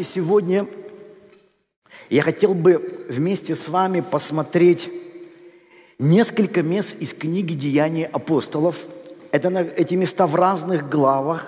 знаете, сегодня я хотел бы вместе с вами посмотреть несколько мест из книги «Деяния апостолов». Эти места в разных главах,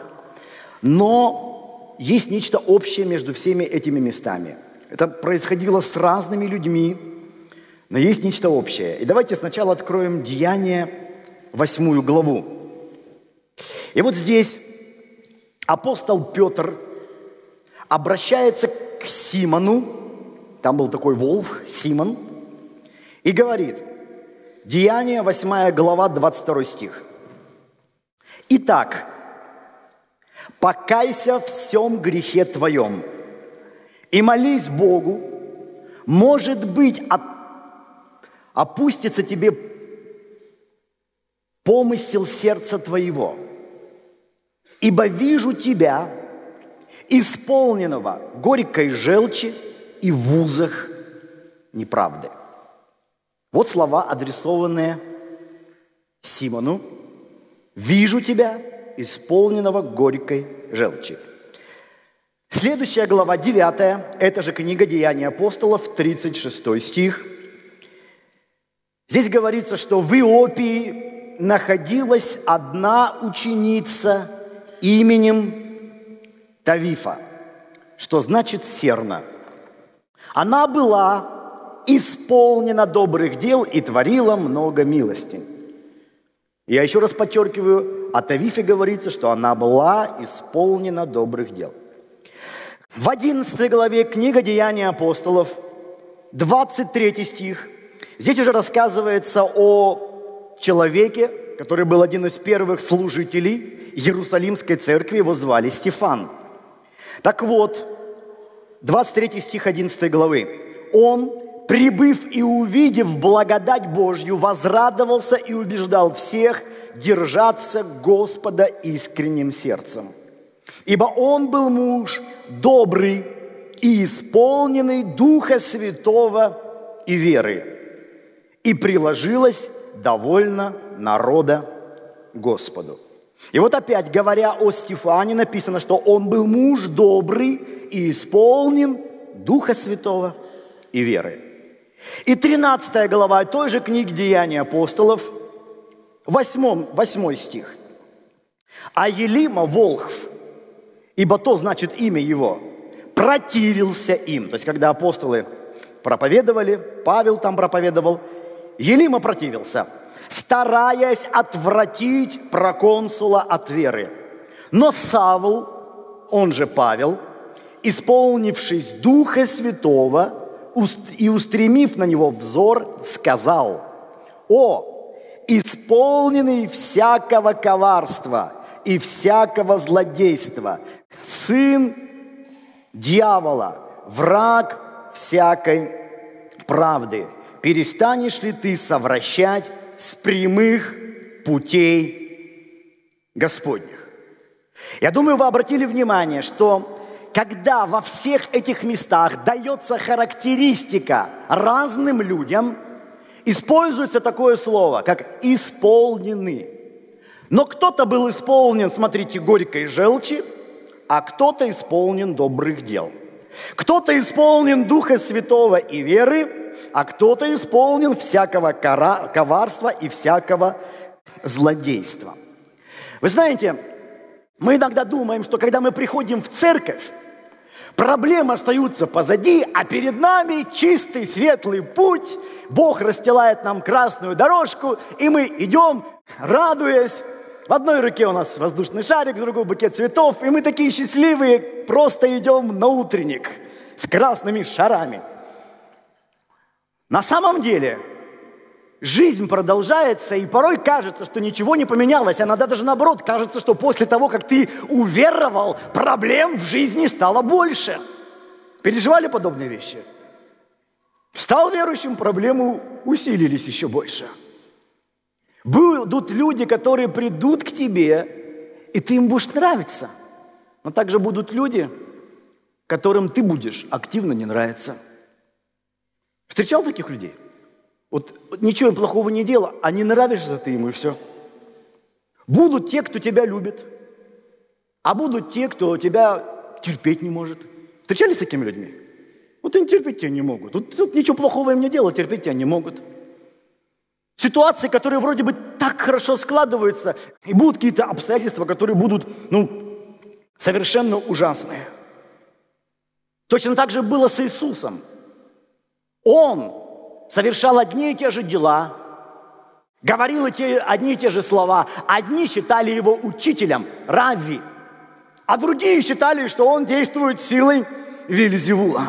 но есть нечто общее между всеми этими местами. Это происходило с разными людьми, но есть нечто общее. И давайте сначала откроем Деяния, 8 главу. И вот здесь апостол Петр обращается к Симону, там был такой волк, Симон, и говорит, Деяния, 8 глава, 22 стих. «Итак, покайся в всем грехе твоем и молись Богу, может быть, опустится тебе помысел сердца твоего, ибо вижу тебя, исполненного горькой желчи и в узах неправды». Вот слова, адресованные Симону. «Вижу тебя, исполненного горькой желчи». Следующая глава, 9, это же книга «Деяния апостолов», 36 стих. Здесь говорится, что в Иопии находилась одна ученица именем Тавифа, что значит «серна». Она была исполнена добрых дел и творила много милостей. Я еще раз подчеркиваю, о Тавифе говорится, что она была исполнена добрых дел. В 11 главе книга «Деяния апостолов», 23 стих, здесь уже рассказывается о человеке, который был один из первых служителей Иерусалимской церкви, его звали Стефан. Так вот, 23 стих 11 главы. Он, прибыв и увидев благодать Божью, возрадовался и убеждал всех держаться Господа искренним сердцем. Ибо он был муж добрый и исполненный Духа Святого и веры, и приложилось довольно народа Господу. И вот опять, говоря о Стефане, написано, что он был муж добрый и исполнен Духа Святого и веры. И 13 глава той же книги «Деяния апостолов», 8 стих. «А Елима Волхв, ибо то значит имя его, противился им». То есть, когда апостолы проповедовали, Павел там проповедовал, Елима противился, стараясь отвратить проконсула от веры. Но Савл, он же Павел, исполнившись Духа Святого и устремив на него взор, сказал: «О, исполненный всякого коварства и всякого злодейства, сын дьявола, враг всякой правды, перестанешь ли ты совращать с прямых путей Господних?» Я думаю, вы обратили внимание, что когда во всех этих местах дается характеристика разным людям, используется такое слово, как «исполнены». Но кто-то был исполнен, смотрите, горькой желчи, а кто-то исполнен добрых дел. Кто-то исполнен Духа Святого и веры, а кто-то исполнен всякого коварства и всякого злодейства. Вы знаете, мы иногда думаем, что когда мы приходим в церковь, проблемы остаются позади, а перед нами чистый, светлый путь. Бог расстилает нам красную дорожку, и мы идем, радуясь. В одной руке у нас воздушный шарик, в другой букет цветов, и мы такие счастливые, просто идем на утренник с красными шарами. На самом деле жизнь продолжается, и порой кажется, что ничего не поменялось, а иногда даже наоборот, кажется, что после того, как ты уверовал, проблем в жизни стало больше. Переживали подобные вещи? Стал верующим, проблемы усилились еще больше. Будут люди, которые придут к тебе, и ты им будешь нравиться. Но также будут люди, которым ты будешь активно не нравиться. Встречал таких людей? Вот ничего им плохого не делал, а не нравишься ты ему, и все. Будут те, кто тебя любит, а будут те, кто тебя терпеть не может. Встречались с такими людьми? Вот они терпеть тебя не могут. Тут ничего плохого им не делать, терпеть тебя не могут. Ситуации, которые вроде бы так хорошо складываются, и будут какие-то обстоятельства, которые будут, совершенно ужасные. Точно так же было с Иисусом. Он совершал одни и те же дела, говорил одни и те же слова. Одни считали его учителем, равви, а другие считали, что он действует силой Вельзевула.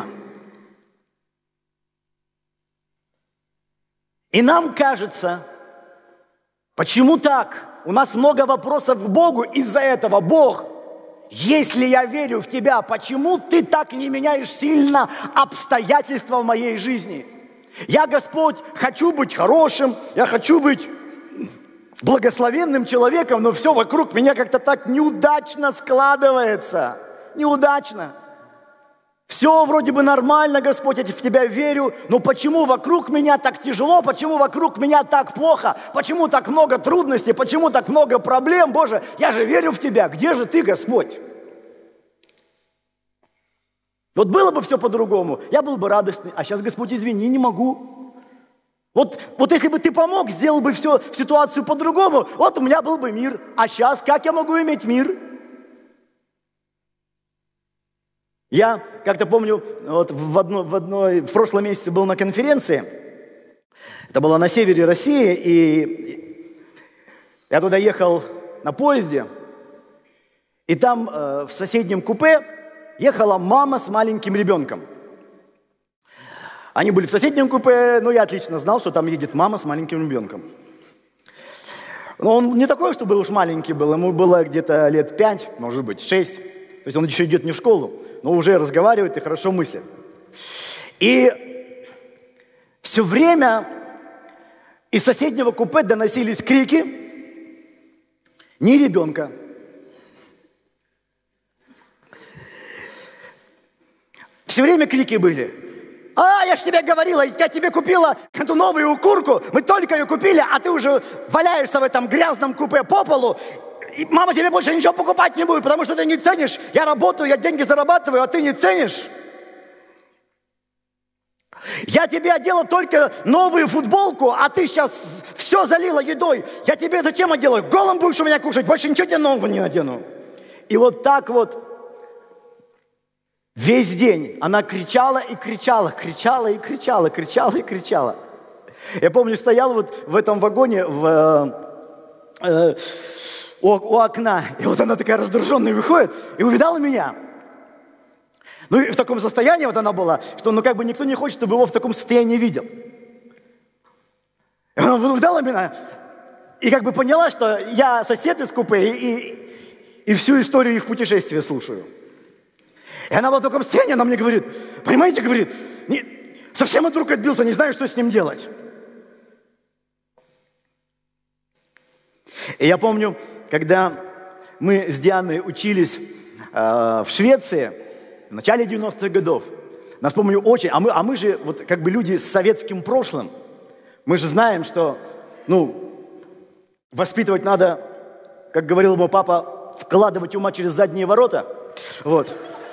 И нам кажется, почему так? У нас много вопросов к Богу из-за этого. Бог, если я верю в Тебя, почему Ты так не меняешь сильно обстоятельства в моей жизни? Я, Господь, хочу быть хорошим, я хочу быть благословенным человеком, но все вокруг меня как-то так неудачно складывается. Неудачно. Все вроде бы нормально, Господь, я в Тебя верю, но почему вокруг меня так тяжело, почему вокруг меня так плохо, почему так много трудностей, почему так много проблем, Боже, я же верю в Тебя, где же Ты, Господь? Вот было бы все по-другому, я был бы радостный, а сейчас, Господь, извини, не могу. Вот если бы Ты помог, сделал бы всю ситуацию по-другому, вот у меня был бы мир, а сейчас как я могу иметь мир? Я как-то помню, вот в прошлом месяце был на конференции, это было на севере России, и я туда ехал на поезде, и там в соседнем купе ехала мама с маленьким ребенком. Они были в соседнем купе, но я отлично знал, что там едет мама с маленьким ребенком. Но он не такой, чтобы уж маленький был, ему было где-то лет 5, может быть, 6. То есть он еще идет не в школу, но уже разговаривает и хорошо мыслит. И все время из соседнего купе доносились крики, ни ребенка. Все время крики были. Я ж тебе говорила, я тебе купила эту новую курку, мы только ее купили, а ты уже валяешься в этом грязном купе по полу. И мама тебе больше ничего покупать не будет, потому что ты не ценишь. Я работаю, я деньги зарабатываю, а ты не ценишь. Я тебе одела только новую футболку, а ты сейчас все залила едой. Я тебе зачем одела? Голым будешь у меня кушать, больше ничего тебе нового не надену. И вот так вот весь день она кричала и кричала, кричала и кричала, кричала и кричала. Я помню, стоял вот в этом вагоне у окна, и вот она такая раздраженная выходит и увидала меня. Ну и в таком состоянии вот она была, что как бы никто не хочет, чтобы его в таком состоянии видел. И она увидала меня и как бы поняла, что я сосед из купе и всю историю их путешествия слушаю. И она была в таком состоянии, она мне говорит, понимаете, говорит, совсем от рук отбился, не знаю, что с ним делать. И я помню, когда мы с Дианой учились в Швеции в начале 90-х годов, нас, помню, очень, а мы же вот как бы люди с советским прошлым, мы же знаем, что, воспитывать надо, как говорил мой папа, вкладывать ума через задние ворота, вот.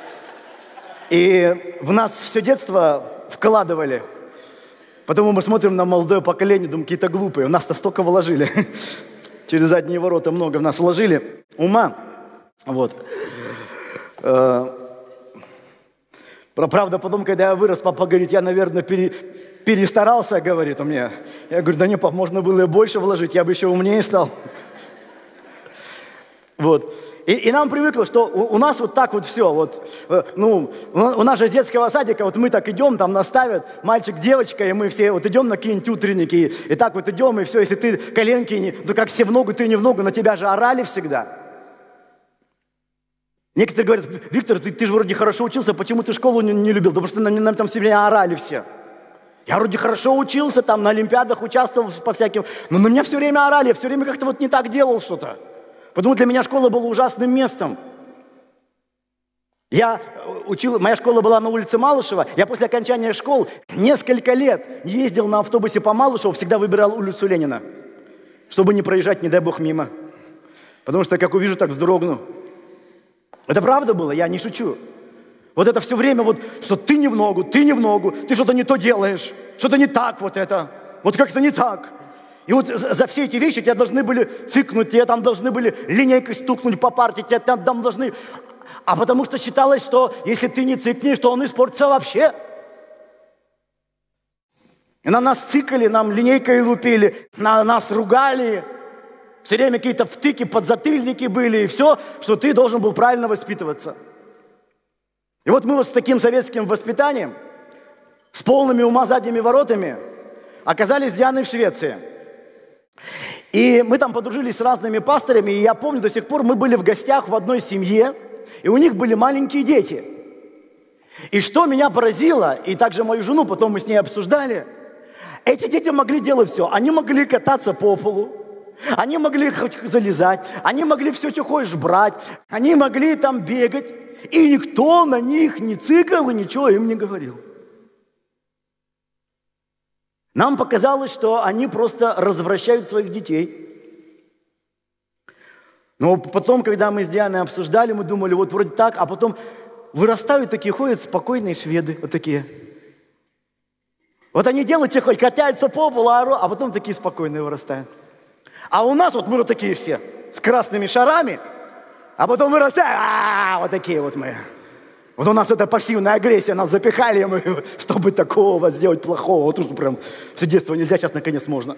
И в нас все детство вкладывали, потому мы смотрим на молодое поколение, думаем, какие-то глупые, у нас-то столько вложили. Через задние ворота много в нас вложили ума. Вот. Правда, потом, когда я вырос, папа говорит, я, наверное, перестарался, говорит у меня. Я говорю, да не, пап, можно было и больше вложить, я бы еще умнее стал. Вот. И нам привыкло, что у нас вот так вот все. Вот, у нас же с детского садика, вот мы так идем, там наставят мальчик, девочка, и мы все вот идем на какие-нибудь утренники, и так вот идем, и все, если ты коленки, как все в ногу, ты не в ногу, на тебя же орали всегда. Некоторые говорят, Виктор, ты же вроде хорошо учился, почему ты школу не любил? Потому что нам там все время орали все. Я вроде хорошо учился, там на олимпиадах участвовал по всяким, но на меня все время орали, я все время как-то вот не так делал что-то. Потому для меня школа была ужасным местом. Моя школа была на улице Малышева. Я после окончания школ несколько лет ездил на автобусе по Малышеву, всегда выбирал улицу Ленина, чтобы не проезжать, не дай бог, мимо. Потому что, как увижу, так вздрогну. Это правда было, я не шучу. Вот это все время, вот, что ты не в ногу, ты что-то не то делаешь, что-то не так вот это, вот как-то не так. И вот за все эти вещи тебя должны были цикнуть, тебя там должны были линейкой стукнуть по парте, тебя там должны... А потому что считалось, что если ты не цикнешь, то он испортится вообще. И на нас цикали, нам линейкой лупили, на нас ругали. Все время какие-то втыки, подзатыльники были, и все, что ты должен был правильно воспитываться. И вот мы вот с таким советским воспитанием, с полными ума задними воротами, оказались с Дианой в Швеции. И мы там подружились с разными пасторами, и я помню, до сих пор мы были в гостях в одной семье, и у них были маленькие дети. И что меня поразило, и также мою жену, потом мы с ней обсуждали, эти дети могли делать все. Они могли кататься по полу, они могли хоть залезать, они могли все, что хочешь, брать, они могли там бегать, и никто на них не цикал и ничего им не говорил. Нам показалось, что они просто развращают своих детей. Но потом, когда мы с Дианой обсуждали, мы думали, вот вроде так, а потом вырастают такие, ходят спокойные шведы, вот такие. Вот они делают, что хоть, катаются по полу, а потом такие спокойные вырастают. А у нас вот мы вот такие все, с красными шарами, а потом вырастаем, вот такие вот мы. Вот у нас это пассивная агрессия, нас запихали, мы, чтобы такого сделать плохого. Вот уж прям все детство нельзя, сейчас наконец можно.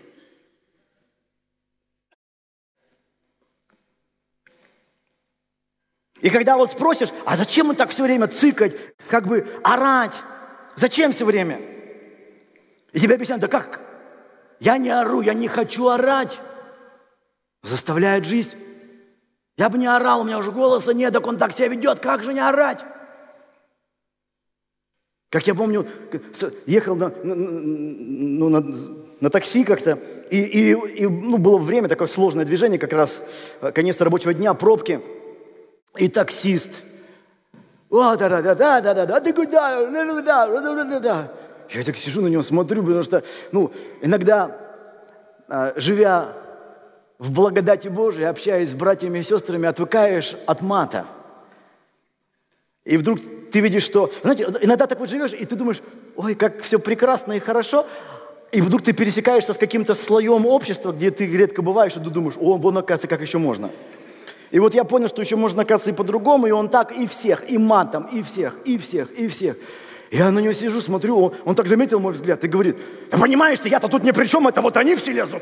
И когда вот спросишь, а зачем мы так все время цыкать, как бы орать? Зачем все время? И тебе объясняют, да как? Я не ору, я не хочу орать. Заставляет жизнь. Я бы не орал, у меня уже голоса нет, так он так себя ведет, как же не орать? Как я помню, ехал на такси как-то, и было время, такое сложное движение, как раз конец рабочего дня, пробки, и таксист. Да-да-да-да-да-да, ты куда? Да-да-да-да-да. Я так сижу на него, смотрю, потому что, иногда, живя в благодати Божией, общаясь с братьями и сестрами, отвыкаешь от мата. И вдруг ты видишь, что... Знаете, иногда так вот живешь, и ты думаешь, ой, как все прекрасно и хорошо, и вдруг ты пересекаешься с каким-то слоем общества, где ты редко бываешь, и ты думаешь, вон, оказывается, как еще можно. И вот я понял, что еще можно, оказывается, и по-другому, и он так и всех, и матом, и всех, и всех, и всех. Я на него сижу, смотрю, он так заметил мой взгляд и говорит, да понимаешь ты, я-то тут ни при чем, это вот они все лезут.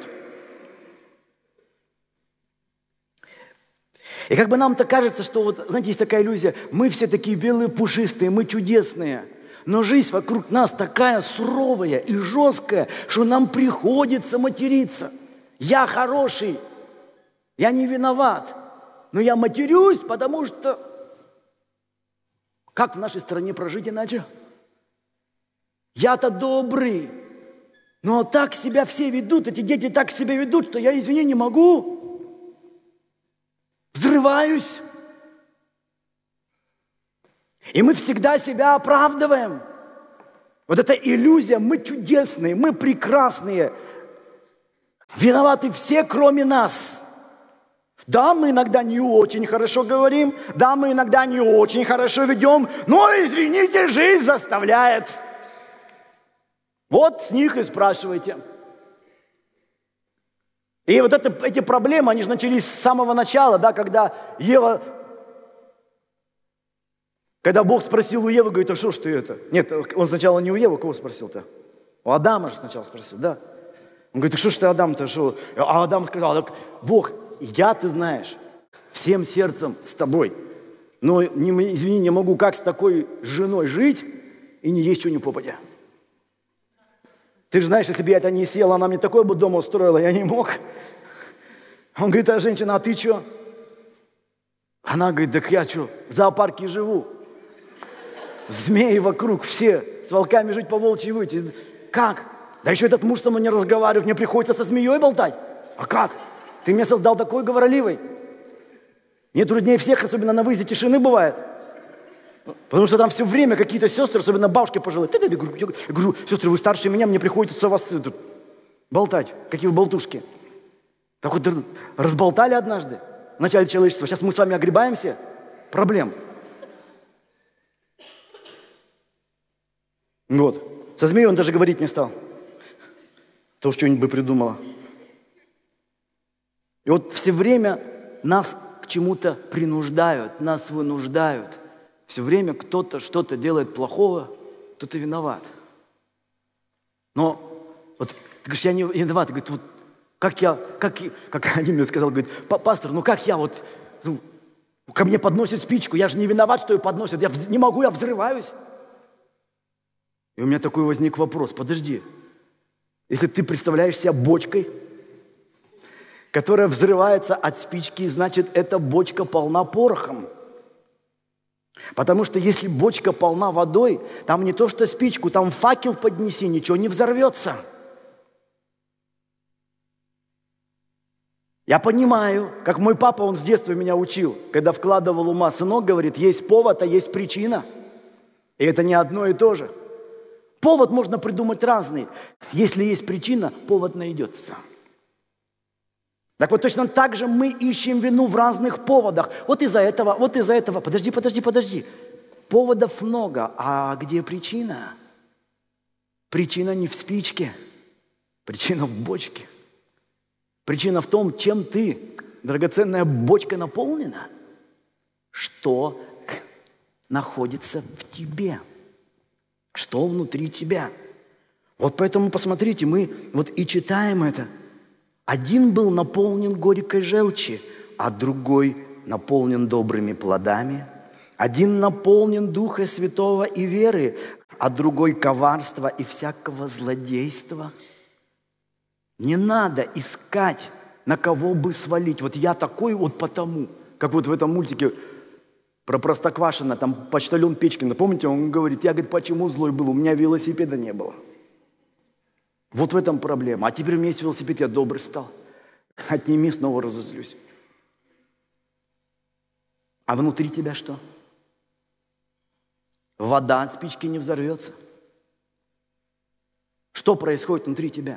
И как бы нам-то кажется, что вот, знаете, есть такая иллюзия, мы все такие белые, пушистые, мы чудесные, но жизнь вокруг нас такая суровая и жесткая, что нам приходится материться. Я хороший, я не виноват, но я матерюсь, потому что как в нашей стране прожить иначе? Я-то добрый, но так себя все ведут, эти дети так себя ведут, что я, извини, не могу. Взрываюсь. И мы всегда себя оправдываем. Вот эта иллюзия, мы чудесные, мы прекрасные. Виноваты все, кроме нас. Да, мы иногда не очень хорошо говорим, да, мы иногда не очень хорошо ведем, но, извините, жизнь заставляет. Вот с них и спрашивайте. И вот эти проблемы, они же начались с самого начала, да, когда Бог спросил у Евы, говорит, а что ж ты это? Нет, он сначала не у Евы, кого спросил-то? У Адама же сначала спросил, да. Он говорит, а что ж ты, Адам-то, что? А Адам сказал, так, Бог, я, ты знаешь, всем сердцем с тобой, но, извини, не могу как с такой женой жить и не есть что ни попадя. Ты же знаешь, если бы я это не съел, она мне такое бы дома устроила, я не мог. Он говорит, а женщина, а ты что? Она говорит, так я что, в зоопарке живу. Змеи вокруг все, с волками жить, по волчьи выйти. Как? Да еще этот муж со мной не разговаривает, мне приходится со змеей болтать. А как? Ты меня создал такой говорливый. Мне труднее всех, особенно на выезде тишины бывает. Потому что там все время какие-то сестры, особенно бабушки пожилые. Я говорю, сестры, вы старше меня, мне приходится вас болтать. Какие вы болтушки. Так вот разболтали однажды в начале человечества. Сейчас мы с вами огребаемся проблем. Вот. Со змеей он даже говорить не стал. То, что-нибудь бы придумала. И вот все время нас к чему-то принуждают, нас вынуждают. Все время кто-то что-то делает плохого, кто-то виноват. Но вот ты говоришь, я не виноват. Говорит, вот как один мне сказал, говорит, пастор, ну как я вот, ну, ко мне подносят спичку, я же не виноват, что ее подносят, я не могу, я взрываюсь. И у меня такой возник вопрос, подожди, если ты представляешь себя бочкой, которая взрывается от спички, значит, эта бочка полна порохом. Потому что если бочка полна водой, там не то что спичку, там факел поднеси, ничего не взорвется. Я понимаю, как мой папа, он с детства меня учил, когда вкладывал ума, сынок говорит, есть повод, а есть причина. И это не одно и то же. Повод можно придумать разный. Если есть причина, повод найдется. Так вот точно так же мы ищем вину в разных поводах. Вот из-за этого. Подожди. Поводов много. А где причина? Причина не в спичке. Причина в бочке. Причина в том, чем ты, драгоценная бочка, наполнена. Что находится в тебе. Что внутри тебя. Вот поэтому посмотрите, мы вот и читаем это. Один был наполнен горькой желчи, а другой наполнен добрыми плодами. Один наполнен Духа Святого и веры, а другой коварства и всякого злодейства. Не надо искать, на кого бы свалить. Вот я такой вот потому, как вот в этом мультике про Простоквашино, там почтальон Печкин, помните, он говорит, я, говорит, почему злой был, у меня велосипеда не было. Вот в этом проблема. А теперь у меня есть велосипед, я добрый стал. Отними, снова разозлюсь. А внутри тебя что? Вода от спички не взорвется. Что происходит внутри тебя?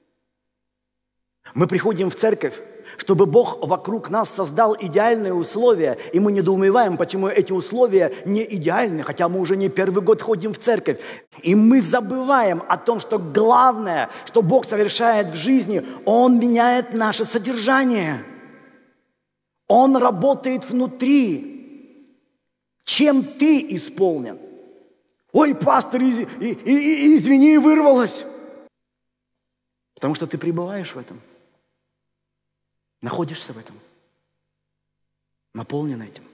Мы приходим в церковь, чтобы Бог вокруг нас создал идеальные условия, и мы недоумеваем, почему эти условия не идеальны, хотя мы уже не первый год ходим в церковь. И мы забываем о том, что главное, что Бог совершает в жизни, Он меняет наше содержание. Он работает внутри. Чем ты исполнен? Ой, пастор, извини, вырвалось. Потому что ты пребываешь в этом. Находишься в этом. Наполнен этим.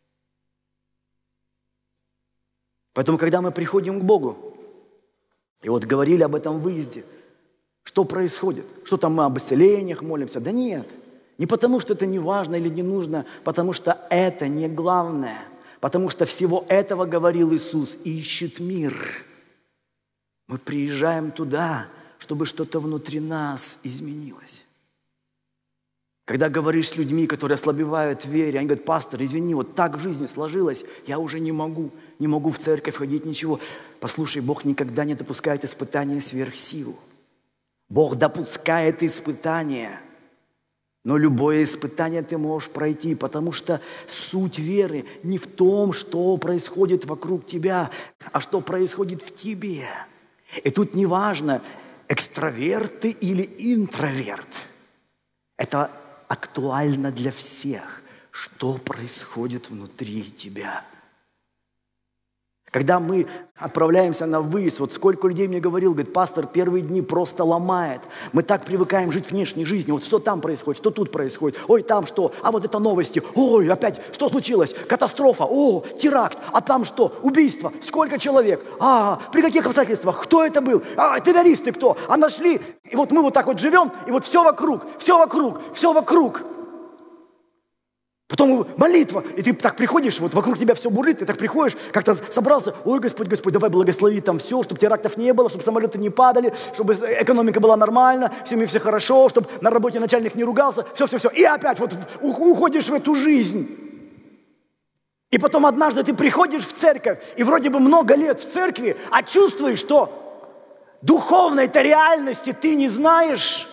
Поэтому, когда мы приходим к Богу, и вот говорили об этом выезде, что происходит? Что там мы об исцелениях молимся? Да нет. Не потому, что это не важно или не нужно, потому что это не главное. Потому что всего этого говорил Иисус, ищет мир. Мы приезжаем туда, чтобы что-то внутри нас изменилось. Когда говоришь с людьми, которые ослабевают в вере, они говорят, пастор, извини, вот так в жизни сложилось, я уже не могу в церковь ходить, ничего. Послушай, Бог никогда не допускает испытания сверх сил. Бог допускает испытания, но любое испытание ты можешь пройти, потому что суть веры не в том, что происходит вокруг тебя, а что происходит в тебе. И тут не важно, экстраверт ты или интроверт. Это актуально для всех, что происходит внутри тебя. Когда мы отправляемся на выезд, вот сколько людей мне говорил, говорит, пастор, первые дни просто ломает. Мы так привыкаем жить внешней жизнью. Вот что там происходит, что тут происходит. Ой, там что? А вот это новости. Ой, опять, что случилось? Катастрофа. О, теракт. А там что? Убийство. Сколько человек? При каких обстоятельствах? Кто это был? Террористы кто? А нашли? И вот мы вот так вот живем, и вот все вокруг. Потом молитва, и ты так приходишь, вот вокруг тебя все бурлит, ты так приходишь, как-то собрался, ой, Господь, давай благослови там все, чтобы терактов не было, чтобы самолеты не падали, чтобы экономика была нормальна, в семье все хорошо, чтобы на работе начальник не ругался, все, и опять вот уходишь в эту жизнь. И потом однажды ты приходишь в церковь, и вроде бы много лет в церкви, а чувствуешь, что духовной-то реальности ты не знаешь.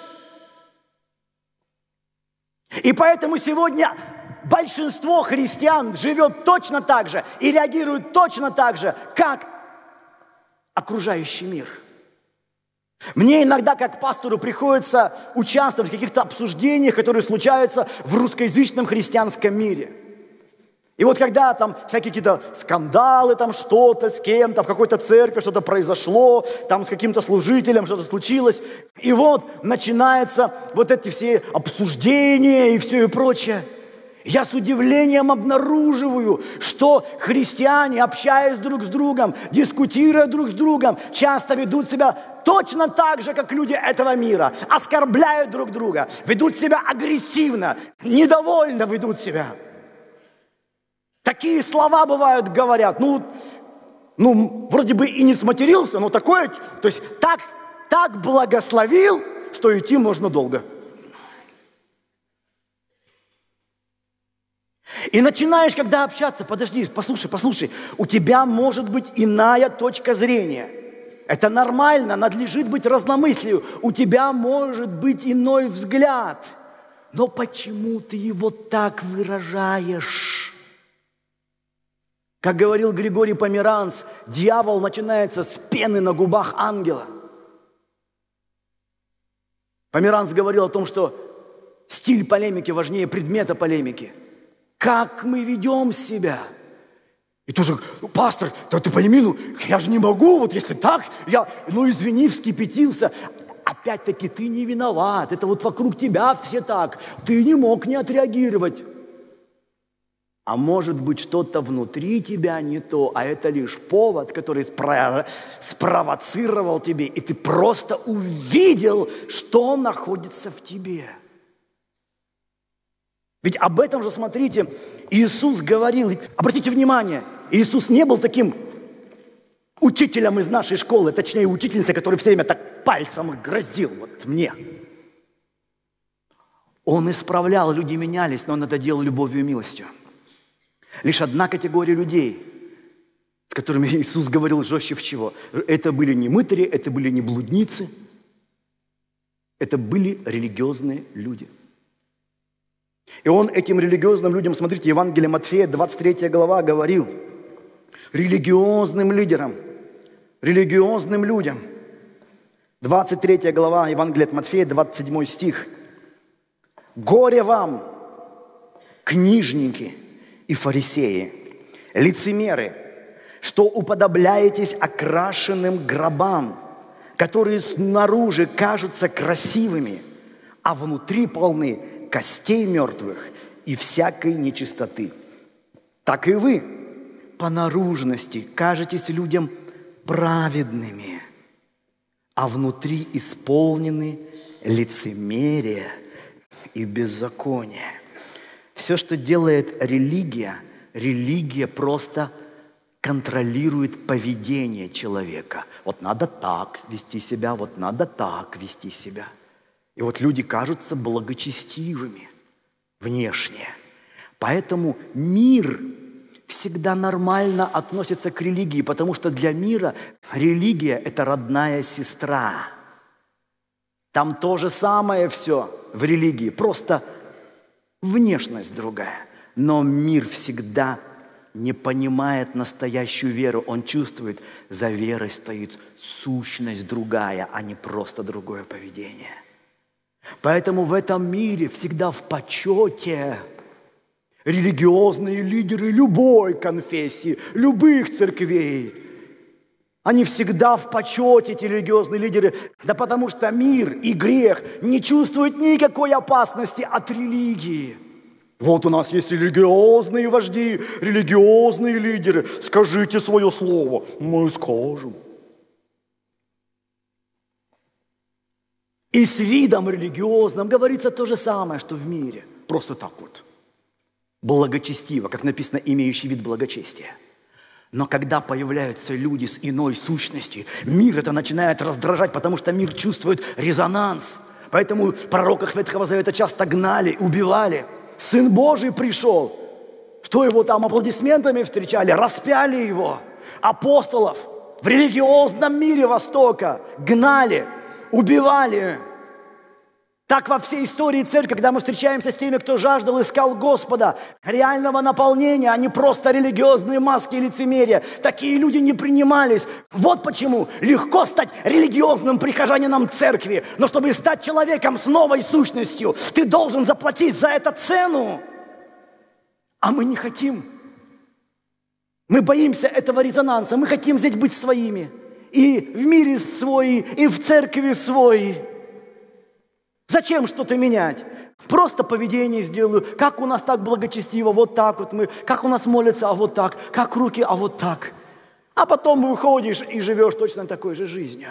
И поэтому сегодня большинство христиан живет точно так же и реагирует точно так же, как окружающий мир. Мне иногда, как пастору, приходится участвовать в каких-то обсуждениях, которые случаются в русскоязычном христианском мире. И вот когда там всякие какие-то скандалы, там что-то с кем-то, в какой-то церкви что-то произошло, там с каким-то служителем что-то случилось, и вот начинаются вот эти все обсуждения и все и прочее. Я с удивлением обнаруживаю, что христиане, общаясь друг с другом, дискутируя друг с другом, часто ведут себя точно так же, как люди этого мира, оскорбляют друг друга, ведут себя агрессивно, недовольно ведут себя. Такие слова бывают, говорят, вроде бы и не сматерился, но такое, то есть так благословил, что идти можно долго. И начинаешь, когда общаться, подожди, послушай, у тебя может быть иная точка зрения. Это нормально, надлежит быть разномыслию. У тебя может быть иной взгляд. Но почему ты его так выражаешь? Как говорил Григорий Померанц, дьявол начинается с пены на губах ангела. Померанц говорил о том, что стиль полемики важнее предмета полемики. Как мы ведем себя? И тоже, пастор, да ты пойми, я же не могу, вот если так, извини, вскипятился. Опять-таки, ты не виноват, это вот вокруг тебя все так, ты не мог не отреагировать. А может быть, что-то внутри тебя не то, а это лишь повод, который спровоцировал тебе, и ты просто увидел, что находится в тебе. Ведь об этом же, смотрите, Иисус говорил. Обратите внимание, Иисус не был таким учителем из нашей школы, точнее, учительницей, который все время так пальцем грозил вот мне. Он исправлял, люди менялись, но он это делал любовью и милостью. Лишь одна категория людей, с которыми Иисус говорил жестче всего. Это были не мытари, это были не блудницы, это были религиозные люди. И он этим религиозным людям, смотрите, Евангелие Матфея, 23 глава, говорил, религиозным людям, 23 глава Евангелия от Матфея, 27 стих. «Горе вам, книжники и фарисеи, лицемеры, что уподобляетесь окрашенным гробам, которые снаружи кажутся красивыми, а внутри полны костей мертвых и всякой нечистоты. Так и вы по наружности кажетесь людям праведными, а внутри исполнены лицемерия и беззакония». Все, что делает религия просто контролирует поведение человека. Вот надо так вести себя, вот надо так вести себя. И вот люди кажутся благочестивыми внешне. Поэтому мир всегда нормально относится к религии, потому что для мира религия – это родная сестра. Там то же самое все в религии, просто внешность другая. Но мир всегда не понимает настоящую веру. Он чувствует, за верой стоит сущность другая, а не просто другое поведение. Поэтому в этом мире всегда в почете религиозные лидеры любой конфессии, любых церквей. Они всегда в почете, эти религиозные лидеры, да потому что мир и грех не чувствуют никакой опасности от религии. Вот у нас есть религиозные вожди, религиозные лидеры. Скажите свое слово, мы скажем. И с видом религиозным говорится то же самое, что в мире. Просто так вот. Благочестиво, как написано, имеющий вид благочестия. Но когда появляются люди с иной сущностью, мир это начинает раздражать, потому что мир чувствует резонанс. Поэтому пророков Ветхого Завета часто гнали, убивали. Сын Божий пришел. Что его там аплодисментами встречали? Распяли его. Апостолов в религиозном мире Востока гнали, убивали. Так во всей истории церкви, когда мы встречаемся с теми, кто жаждал, искал Господа, реального наполнения, а не просто религиозные маски и лицемерия, такие люди не принимались. Вот почему легко стать религиозным прихожанином церкви, но чтобы стать человеком с новой сущностью, ты должен заплатить за это цену. А мы не хотим. Мы боимся этого резонанса, мы хотим здесь быть своими. И в мире свои, и в церкви свои. Зачем что-то менять? Просто поведение сделаю. Как у нас так благочестиво, вот так вот мы. Как у нас молятся, а вот так. Как руки, а вот так. А потом выходишь и живешь точно такой же жизнью.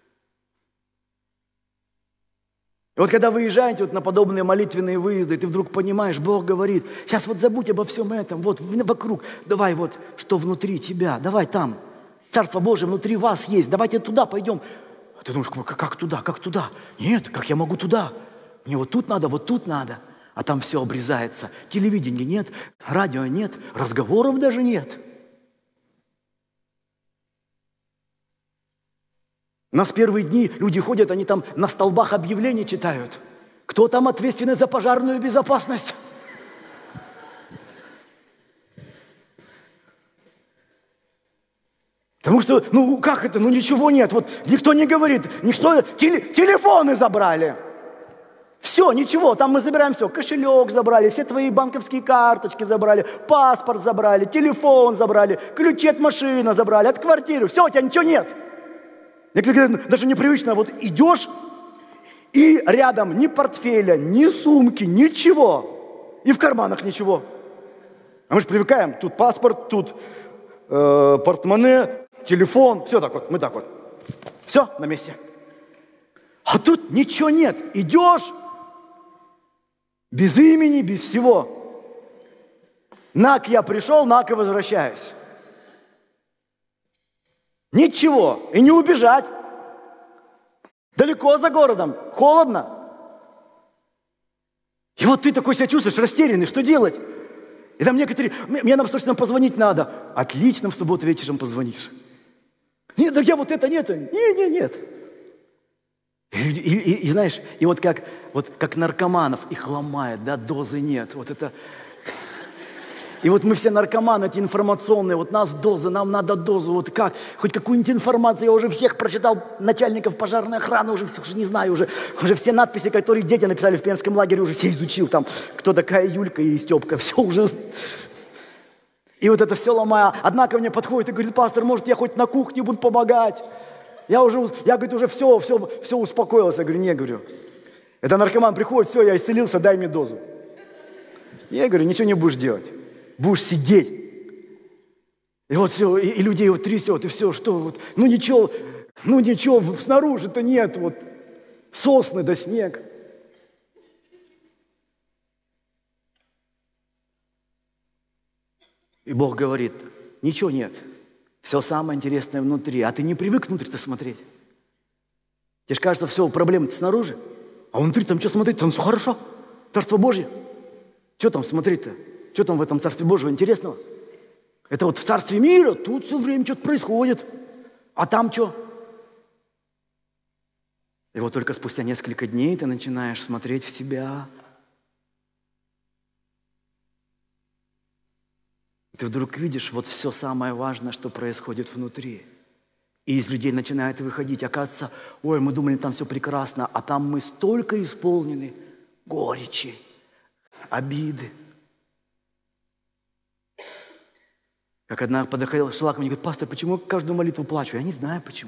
И вот когда выезжаете вот на подобные молитвенные выезды, ты вдруг понимаешь, Бог говорит, сейчас вот забудь обо всем этом, вот вокруг, давай вот, что внутри тебя, давай там. Царство Божие внутри вас есть, давайте туда пойдем. Ты думаешь, как туда, как туда? Нет, как я могу туда? Мне вот тут надо. А там все обрезается. Телевидения нет, радио нет, разговоров даже нет. У нас первые дни люди ходят, они там на столбах объявления читают. Кто там ответственный за пожарную безопасность? Потому что, как это, ничего нет, вот никто не говорит, телефоны забрали. Все, ничего, там мы забираем все, кошелек забрали, все твои банковские карточки забрали, паспорт забрали, телефон забрали, ключи от машины забрали, от квартиры, все, у тебя ничего нет. Даже непривычно, вот идешь, и рядом ни портфеля, ни сумки, ничего, и в карманах ничего. А мы же привыкаем, тут паспорт, тут портмоне, телефон, все так вот, мы так вот. Все на месте. А тут ничего нет. Идешь без имени, без всего. Нак я пришел, нак и возвращаюсь. Ничего. И не убежать. Далеко за городом, холодно. И вот ты такой себя чувствуешь, растерянный, что делать? И там некоторые, мне нам срочно позвонить надо. Отлично, в субботу вечером позвонишь. Нет, так я вот это нет. Нет. И знаешь, и вот как наркоманов их ломает, да, дозы нет. Вот это. И вот мы все наркоманы эти информационные, вот нас доза, нам надо дозу, вот как, хоть какую-нибудь информацию, я уже всех прочитал, начальников пожарной охраны, уже не знаю, уже все надписи, которые дети написали в пионерском лагере, уже все изучил, там, кто такая Юлька и Степка, все уже. И вот это все ломаю. Одна ко мне подходит и говорит, пастор, может, я хоть на кухне буду помогать? Я говорит, уже все успокоился. Я говорю, не, говорю. Это наркоман приходит, все, я исцелился, дай мне дозу. Я говорю, ничего не будешь делать. Будешь сидеть. И вот все, и людей вот трясет, и все, что вот. Ничего, снаружи-то нет, вот сосны да снег. И Бог говорит, ничего нет, все самое интересное внутри. А ты не привык внутрь-то смотреть. Тебе же кажется, все, проблемы-то снаружи. А внутри там что смотреть? Там все хорошо. Царство Божье. Что там смотреть-то? Что там в этом Царстве Божьего интересного? Это вот в Царстве мира тут все время что-то происходит. А там что? И вот только спустя несколько дней ты начинаешь смотреть в себя. Ты вдруг видишь вот все самое важное, что происходит внутри. И из людей начинает выходить. Оказывается, ой, мы думали, там все прекрасно, а там мы столько исполнены горечи, обиды. Как одна шла ко мне и говорит, пастор, почему я каждую молитву плачу? Я не знаю почему.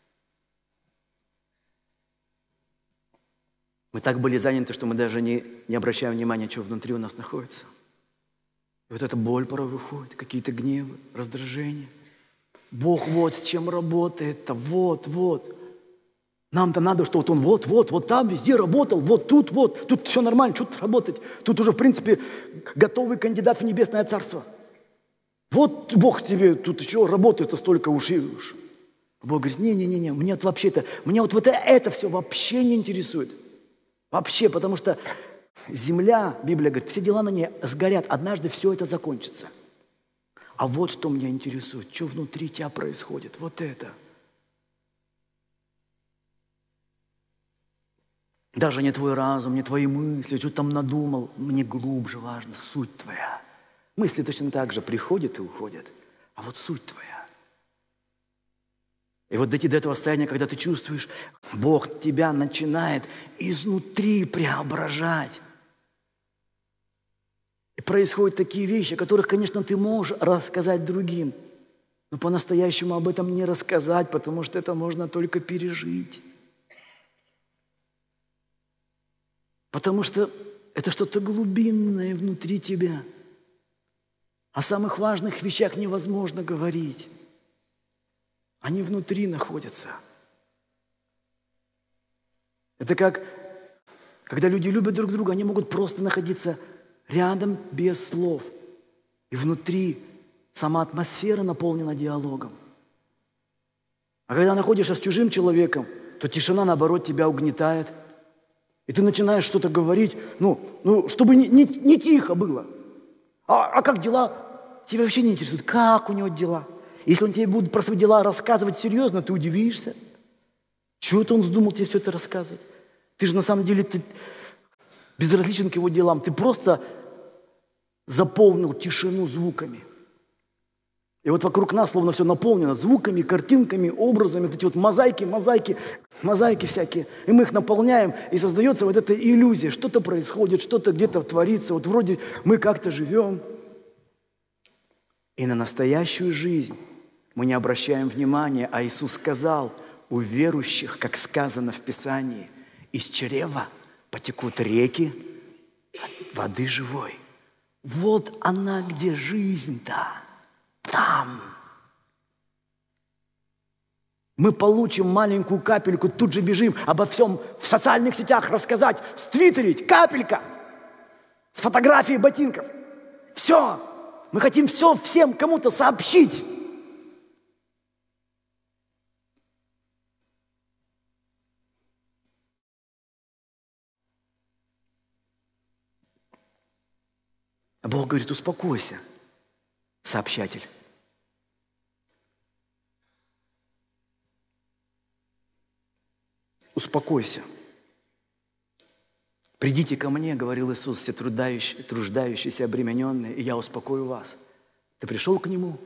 Мы так были заняты, что мы даже не обращаем внимания, что внутри у нас находится. И вот эта боль порой выходит, какие-то гневы, раздражения. Бог вот с чем работает-то, вот. Нам-то надо, что вот он вот там везде работал, вот тут все нормально, что тут работать? Тут уже, в принципе, готовый кандидат в небесное царство. Вот Бог тебе тут еще работает-то столько уж. Бог говорит, не, мне вот это все вообще не интересует. Вообще, потому что земля, Библия говорит, все дела на ней сгорят, однажды все это закончится. А вот что меня интересует, что внутри тебя происходит, вот это. Даже не твой разум, не твои мысли, что ты там надумал. Мне глубже важно суть твоя. Мысли точно так же приходят и уходят. А вот суть твоя. И вот дойти до этого состояния, когда ты чувствуешь, Бог тебя начинает изнутри преображать. И происходят такие вещи, о которых, конечно, ты можешь рассказать другим. Но по-настоящему об этом не рассказать, потому что это можно только пережить. Потому что это что-то глубинное внутри тебя. О самых важных вещах невозможно говорить. Они внутри находятся. Это как, когда люди любят друг друга, они могут просто находиться рядом без слов. И внутри сама атмосфера наполнена диалогом. А когда находишься с чужим человеком, то тишина, наоборот, тебя угнетает. И ты начинаешь что-то говорить, чтобы не тихо было. А как дела? Тебя вообще не интересует, как у него дела. Если он тебе будет про свои дела рассказывать серьезно, ты удивишься. Чего это он вздумал тебе все это рассказывать? Ты же на самом деле ты безразличен к его делам. Ты просто заполнил тишину звуками. И вот вокруг нас словно все наполнено звуками, картинками, образами, вот эти вот мозаики всякие. И мы их наполняем, и создается вот эта иллюзия. Что-то происходит, что-то где-то творится. Вот вроде мы как-то живем. И на настоящую жизнь мы не обращаем внимания, а Иисус сказал, у верующих, как сказано в Писании, из чрева потекут реки воды живой. Вот она, где жизнь-то. Там. Мы получим маленькую капельку, тут же бежим обо всем в социальных сетях рассказать, ствиттерить, капелька с фотографией ботинков. Все. Мы хотим все всем кому-то сообщить. А Бог говорит, успокойся, сообщатель. Успокойся. Придите ко мне, говорил Иисус, все труждающиеся, обремененные, и я успокою вас. Ты пришел к Нему?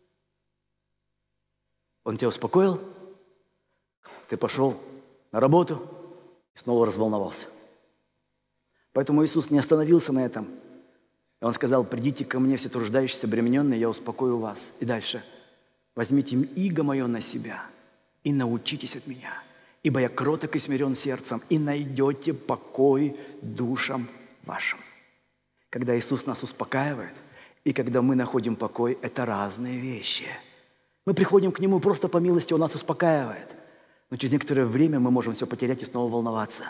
Он тебя успокоил? Ты пошел на работу и снова разволновался. Поэтому Иисус не остановился на этом. И Он сказал, придите ко мне, все труждающиеся, обремененные, я успокою вас. И дальше. Возьмите иго мое на себя и научитесь от меня. Ибо я кроток и смирен сердцем, и найдете покой душам вашим. Когда Иисус нас успокаивает, и когда мы находим покой, это разные вещи. Мы приходим к Нему просто по милости, Он нас успокаивает. Но через некоторое время мы можем все потерять и снова волноваться.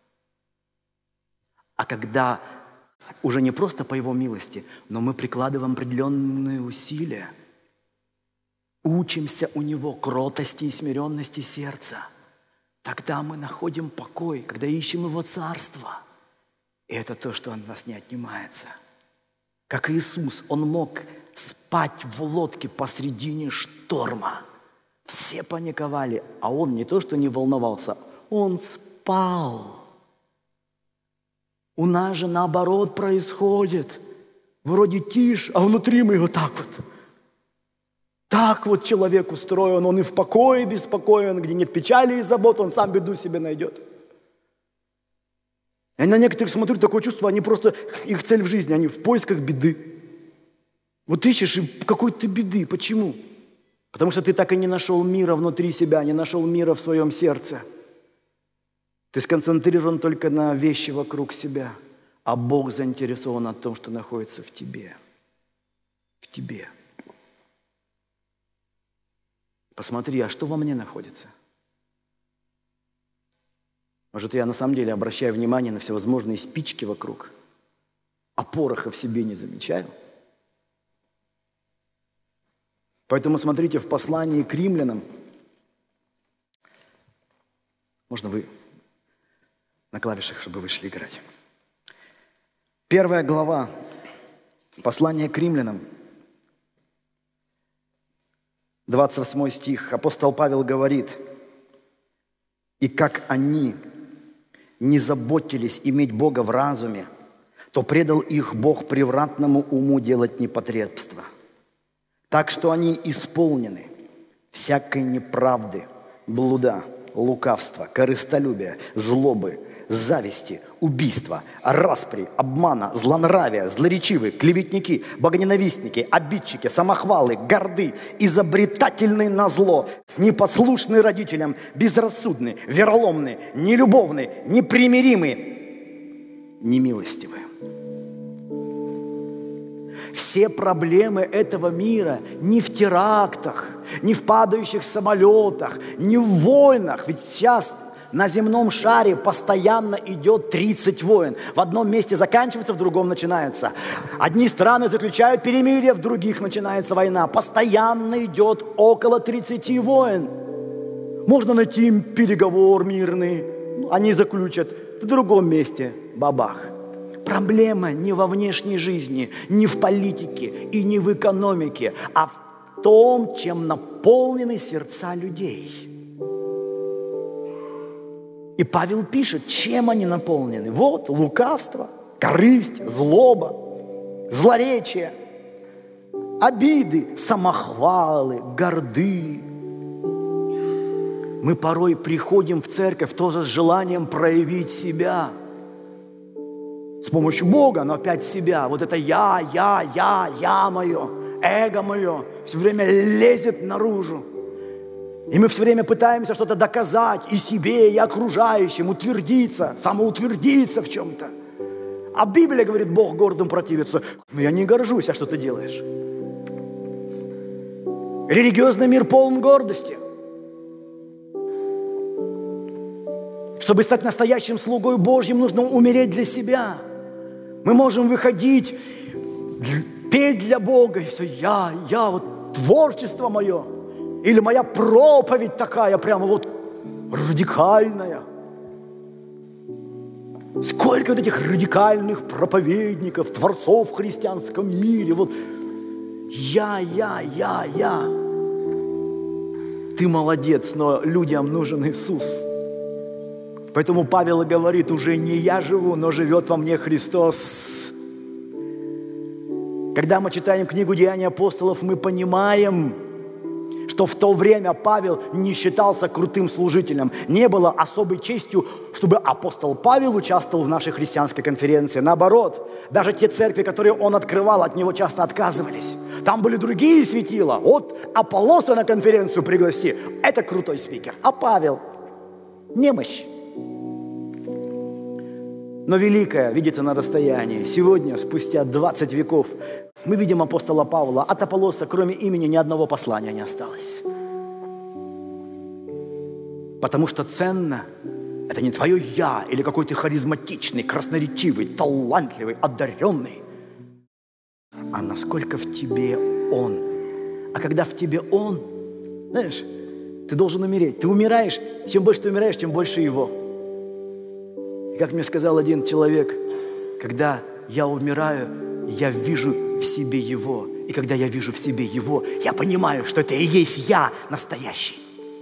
А когда уже не просто по Его милости, но мы прикладываем определенные усилия, учимся у Него кротости и смиренности сердца, тогда мы находим покой, когда ищем Его Царство. И это то, что от нас не отнимается. Как Иисус, Он мог спать в лодке посредине шторма. Все паниковали, а Он не то, что не волновался, Он спал. У нас же наоборот происходит. Вроде тишь, а внутри мы вот так вот. Так вот человек устроен, он и в покое беспокоен, где нет печали и забот, он сам беду себе найдет. Я на некоторых смотрю, такое чувство, они просто, их цель в жизни, они в поисках беды. Вот ищешь и какой-то беды. Почему? Потому что ты так и не нашел мира внутри себя, не нашел мира в своем сердце. Ты сконцентрирован только на вещи вокруг себя, а Бог заинтересован в том, что находится в тебе. В тебе. Посмотри, а что во мне находится? Может, я на самом деле обращаю внимание на всевозможные спички вокруг, а пороха в себе не замечаю? Поэтому смотрите, в послании к римлянам, можно вы на клавишах, чтобы вы шли играть. 1 глава, послание к римлянам, 28 стих. Апостол Павел говорит, «И как они не заботились иметь Бога в разуме, то предал их Бог превратному уму делать непотребство. Так что они исполнены всякой неправды, блуда, лукавства, корыстолюбия, злобы, зависти, убийства, распри, обмана, злонравия, злоречивы, клеветники, богоненавистники, обидчики, самохвалы, горды, изобретательные на зло, непослушные родителям, безрассудные, вероломные, нелюбовные, непримиримые, немилостивые. Все проблемы этого мира не в терактах, не в падающих самолетах, не в войнах. Ведь сейчас на земном шаре постоянно идет 30 войн. В одном месте заканчивается, в другом начинается. Одни страны заключают перемирие, в других начинается война. Постоянно идет около 30 войн. Можно найти им переговор мирный, они заключат, в другом месте бабах. Проблема не во внешней жизни, не в политике и не в экономике, а в том, чем наполнены сердца людей. И Павел пишет, чем они наполнены. Вот лукавство, корысть, злоба, злоречие, обиды, самохвалы, горды. Мы порой приходим в церковь тоже с желанием проявить себя. С помощью Бога, но опять себя. Вот это я мое, эго мое все время лезет наружу. И мы все время пытаемся что-то доказать и себе, и окружающим, утвердиться, самоутвердиться в чем-то. А Библия говорит, Бог гордым противится. Но я не горжусь, а что ты делаешь? Религиозный мир полон гордости. Чтобы стать настоящим слугой Божьим, нужно умереть для себя. Мы можем выходить, петь для Бога, и все, я, вот творчество мое, или моя проповедь такая, прямо вот радикальная. Сколько вот этих радикальных проповедников, творцов в христианском мире, вот я. Ты молодец, но людям нужен Иисус. Поэтому Павел говорит, уже не я живу, но живет во мне Христос. Когда мы читаем книгу «Деяния апостолов», мы понимаем, что в то время Павел не считался крутым служителем. Не было особой честью, чтобы апостол Павел участвовал в нашей христианской конференции. Наоборот, даже те церкви, которые он открывал, от него часто отказывались. Там были другие светила. Вот Аполлоса на конференцию пригласи. Это крутой спикер. А Павел – немощь. Но великое видится на расстоянии. Сегодня, спустя 20 веков, мы видим апостола Павла. От Аполлоса, кроме имени, ни одного послания не осталось. Потому что ценно – это не твое «я» или какой ты харизматичный, красноречивый, талантливый, одаренный, а насколько в тебе Он. А когда в тебе Он, знаешь, ты должен умереть. Ты умираешь, чем больше ты умираешь, тем больше Его. Как мне сказал один человек, когда я умираю, я вижу в себе Его. И когда я вижу в себе Его, я понимаю, что это и есть я настоящий.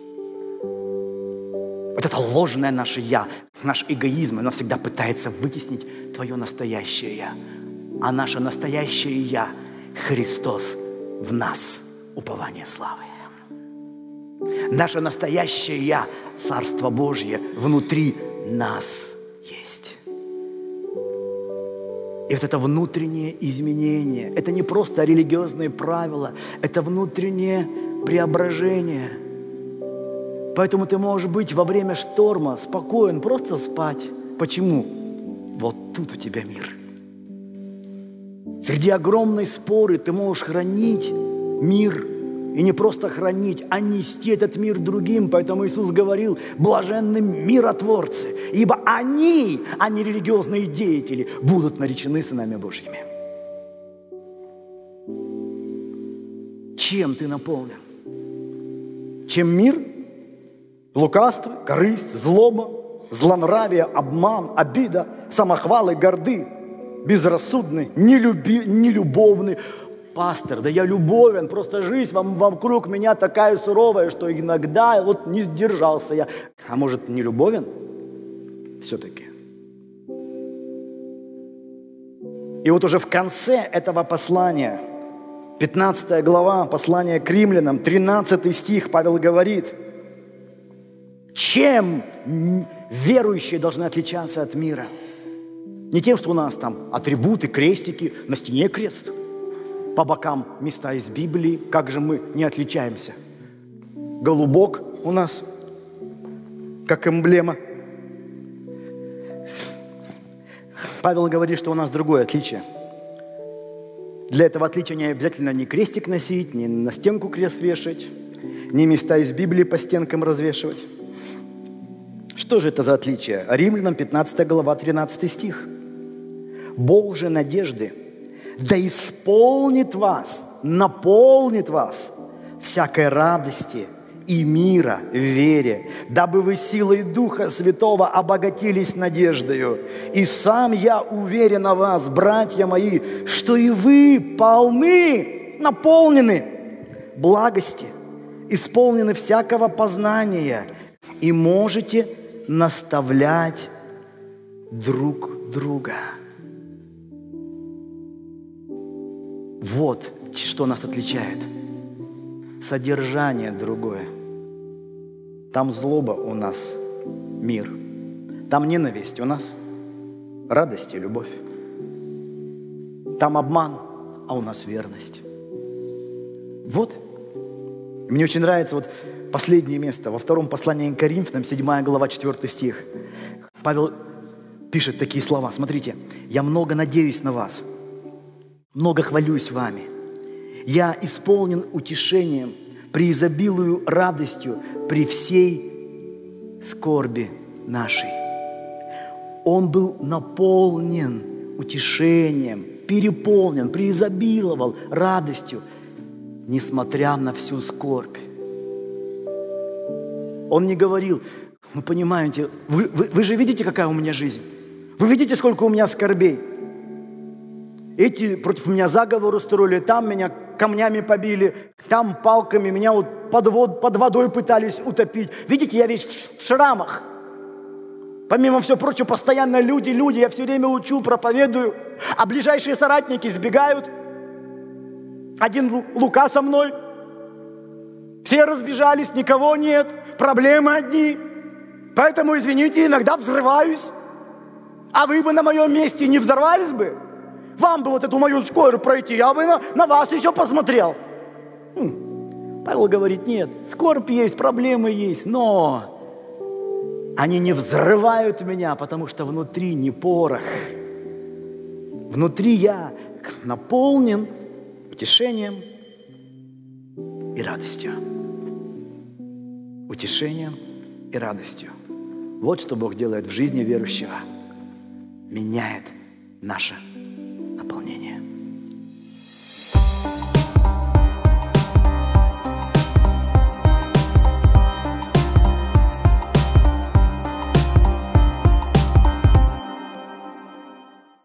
Вот это ложное наше «я», наш эгоизм, оно всегда пытается вытеснить твое настоящее «я». А наше настоящее «я» – Христос в нас, упование славы. Наше настоящее «я» – Царство Божье внутри нас есть. И вот это внутреннее изменение, это не просто религиозные правила, это внутреннее преображение. Поэтому ты можешь быть во время шторма спокоен, просто спать. Почему? Вот тут у тебя мир. Среди огромной споры ты можешь хранить мир. И не просто хранить, а нести этот мир другим. Поэтому Иисус говорил, блаженны миротворцы, ибо они, а не религиозные деятели, будут наречены сынами Божьими. Чем ты наполнен? Чем мир? Лукавство, корысть, злоба, злонравие, обман, обида, самохвалы, горды, безрассудный, нелюбовный. Пастор, да я любовен, просто жизнь вокруг меня такая суровая, что иногда вот не сдержался я. А может, не любовен? все-таки. И вот уже в конце этого послания, 15 глава, послание к римлянам, 13 стих, Павел говорит, чем верующие должны отличаться от мира? Не тем, что у нас там атрибуты, крестики, на стене крест, по бокам места из Библии, как же мы не отличаемся? Голубок у нас как эмблема. Павел говорит, что у нас другое отличие. Для этого отличия не обязательно ни крестик носить, ни на стенку крест вешать, ни места из Библии по стенкам развешивать. Что же это за отличие? Римлянам 15 глава, 13 стих. Бог же надежды да исполнит вас, наполнит вас всякой радости и мира в вере, дабы вы силой Духа Святого обогатились надеждою. И сам я уверен о вас, братья мои, что и вы полны, наполнены благости, исполнены всякого познания и можете наставлять друг друга. Вот что нас отличает. Содержание другое. Там злоба, у нас мир. Там ненависть, у нас радость и любовь. Там обман, а у нас верность. Вот. Мне очень нравится вот последнее место. Во втором послании к Коринфянам, 7 глава, 4 стих. Павел пишет такие слова. Смотрите. «Я много надеюсь на вас, много хвалюсь вами. Я исполнен утешением, преизобилую радостью при всей скорби нашей». Он был наполнен утешением, переполнен, преизобиловал радостью, несмотря на всю скорбь. Он не говорил: ну понимаете, вы же видите, какая у меня жизнь? Вы видите, сколько у меня скорбей? Эти против меня заговор устроили, там меня камнями побили, там палками меня вот под водой пытались утопить. Видите, я весь в шрамах. Помимо всего прочего, постоянно люди, я все время учу, проповедую, а ближайшие соратники сбегают. Один Лука со мной. Все разбежались, никого нет, проблемы одни. Поэтому, извините, иногда взрываюсь. А вы бы на моем месте не взорвались бы? Вам бы вот эту мою скорую пройти, я бы на вас еще посмотрел. Павел говорит: нет, скорбь есть, проблемы есть, но они не взрывают меня, потому что внутри не порох. Внутри я наполнен утешением и радостью. Утешением и радостью. Вот что Бог делает в жизни верующего. Меняет наше наполнение.